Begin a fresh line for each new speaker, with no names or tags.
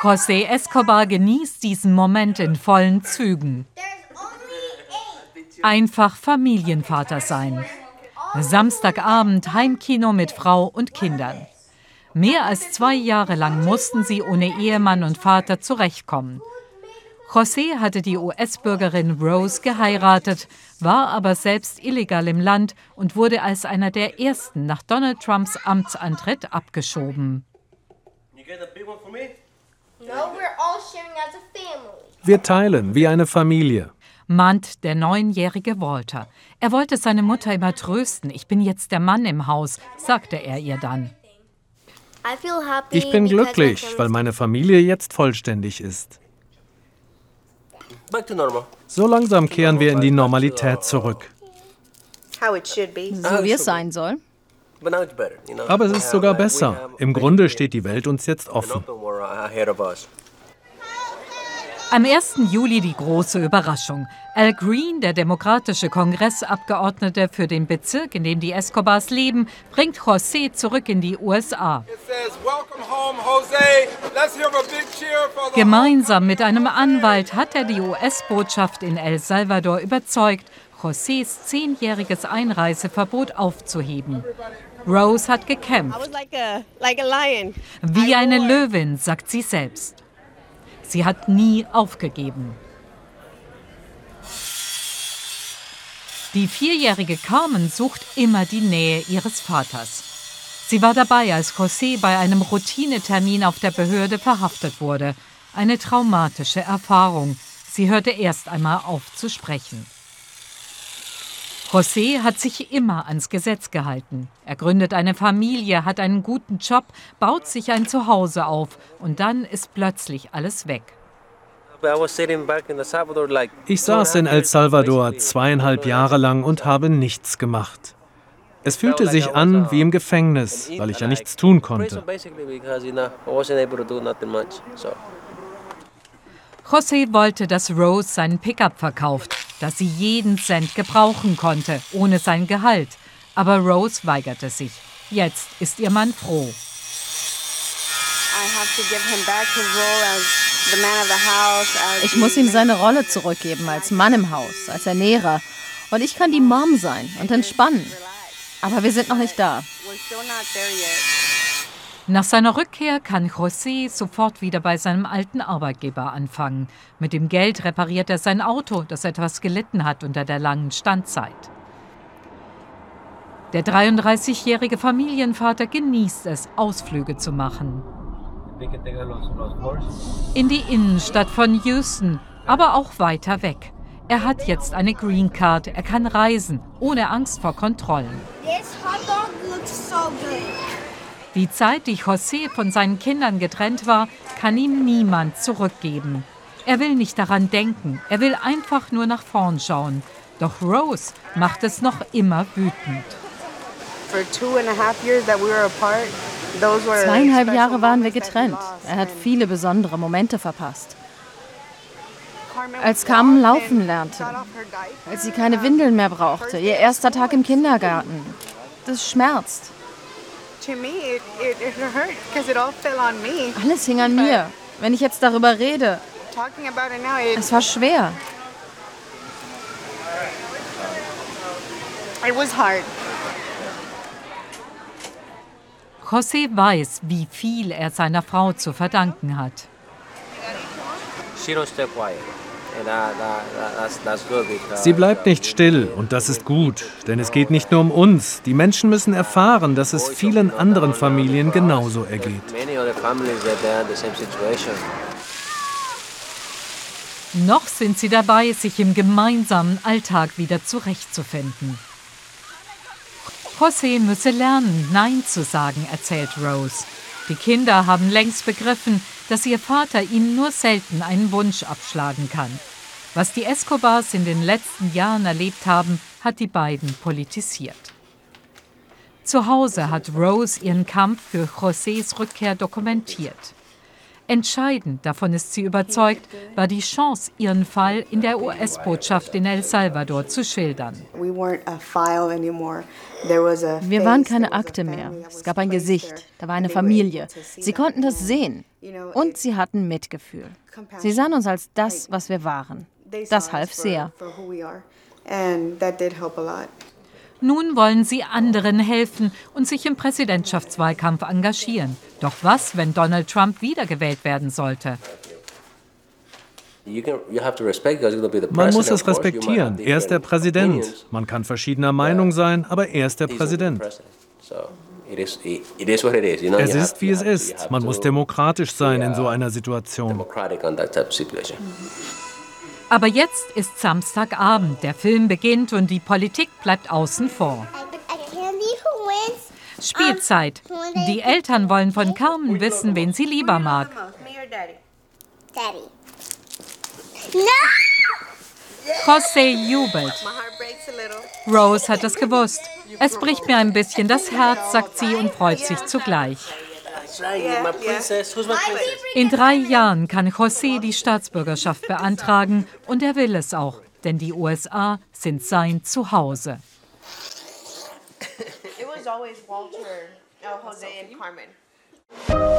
José Escobar genießt diesen Moment in vollen Zügen. Einfach Familienvater sein. Samstagabend Heimkino mit Frau und Kindern. Mehr als 2 Jahre lang mussten sie ohne Ehemann und Vater zurechtkommen. José hatte die US-Bürgerin Rose geheiratet, war aber selbst illegal im Land und wurde als einer der ersten nach Donald Trumps Amtsantritt abgeschoben.
Wir teilen wie eine Familie,
mahnt der 9-jährige Walter. Er wollte seine Mutter immer trösten. Ich bin jetzt der Mann im Haus, sagte er ihr dann.
Ich bin glücklich, weil meine Familie jetzt vollständig ist. So langsam kehren wir in die Normalität zurück.
So wie es sein soll.
Aber es ist sogar besser. Im Grunde steht die Welt uns jetzt offen.
Am 1. Juli die große Überraschung. Al Green, der demokratische Kongressabgeordnete für den Bezirk, in dem die Escobars leben, bringt José zurück in die USA. Gemeinsam mit einem Anwalt hat er die US-Botschaft in El Salvador überzeugt, Josés 10-jähriges Einreiseverbot aufzuheben. Rose hat gekämpft. Wie eine Löwin, sagt sie selbst. Sie hat nie aufgegeben. Die 4-jährige Carmen sucht immer die Nähe ihres Vaters. Sie war dabei, als José bei einem Routinetermin auf der Behörde verhaftet wurde. Eine traumatische Erfahrung. Sie hörte erst einmal auf zu sprechen. José hat sich immer ans Gesetz gehalten. Er gründet eine Familie, hat einen guten Job, baut sich ein Zuhause auf und dann ist plötzlich alles weg.
Ich saß in El Salvador 2,5 Jahre lang und habe nichts gemacht. Es fühlte sich an wie im Gefängnis, weil ich ja nichts tun konnte.
José wollte, dass Rose seinen Pickup verkauft, dass sie jeden Cent gebrauchen konnte, ohne sein Gehalt. Aber Rose weigerte sich. Jetzt ist ihr Mann froh.
Ich muss ihm seine Rolle zurückgeben als Mann im Haus, als Ernährer. Und ich kann die Mom sein und entspannen. Aber wir sind noch nicht da.
Nach seiner Rückkehr kann José sofort wieder bei seinem alten Arbeitgeber anfangen. Mit dem Geld repariert er sein Auto, das etwas gelitten hat unter der langen Standzeit. Der 33-jährige Familienvater genießt es, Ausflüge zu machen. In die Innenstadt von Houston, aber auch weiter weg. Er hat jetzt eine Green Card, er kann reisen, ohne Angst vor Kontrollen. Die Zeit, die José von seinen Kindern getrennt war, kann ihm niemand zurückgeben. Er will nicht daran denken, er will einfach nur nach vorn schauen. Doch Rose macht es noch immer wütend.
2,5 Jahre waren wir getrennt. Er hat viele besondere Momente verpasst. Als Carmen laufen lernte, als sie keine Windeln mehr brauchte, ihr erster Tag im Kindergarten. Das schmerzt. Alles hing an mir. Wenn ich jetzt darüber rede, es war schwer.
José weiß, wie viel er seiner Frau zu verdanken hat.
Sie bleibt nicht still und das ist gut, denn es geht nicht nur um uns. Die Menschen müssen erfahren, dass es vielen anderen Familien genauso ergeht.
Noch sind sie dabei, sich im gemeinsamen Alltag wieder zurechtzufinden. José müsse lernen, Nein zu sagen, erzählt Rose. Die Kinder haben längst begriffen, dass ihr Vater ihnen nur selten einen Wunsch abschlagen kann. Was die Escobars in den letzten Jahren erlebt haben, hat die beiden politisiert. Zu Hause hat Rose ihren Kampf für Josés Rückkehr dokumentiert. Entscheidend, davon ist sie überzeugt, war die Chance, ihren Fall in der US-Botschaft in El Salvador zu schildern.
Wir waren keine Akte mehr. Es gab ein Gesicht, da war eine Familie. Sie konnten das sehen. Und sie hatten Mitgefühl. Sie sahen uns als das, was wir waren. Das half sehr.
Nun wollen sie anderen helfen und sich im Präsidentschaftswahlkampf engagieren. Doch was, wenn Donald Trump wiedergewählt werden sollte?
Man muss es respektieren. Er ist der Präsident. Man kann verschiedener Meinung sein, aber er ist der Präsident. Es ist, wie es ist. Man muss demokratisch sein in so einer Situation.
Aber jetzt ist Samstagabend, der Film beginnt und die Politik bleibt außen vor. Spielzeit. Die Eltern wollen von Carmen wissen, wen sie lieber mag. José jubelt. Rose hat es gewusst. Es bricht mir ein bisschen das Herz, sagt sie und freut sich zugleich. In 3 Jahren kann José die Staatsbürgerschaft beantragen und er will es auch, denn die USA sind sein Zuhause.
It was always Walter, Jose and Carmen.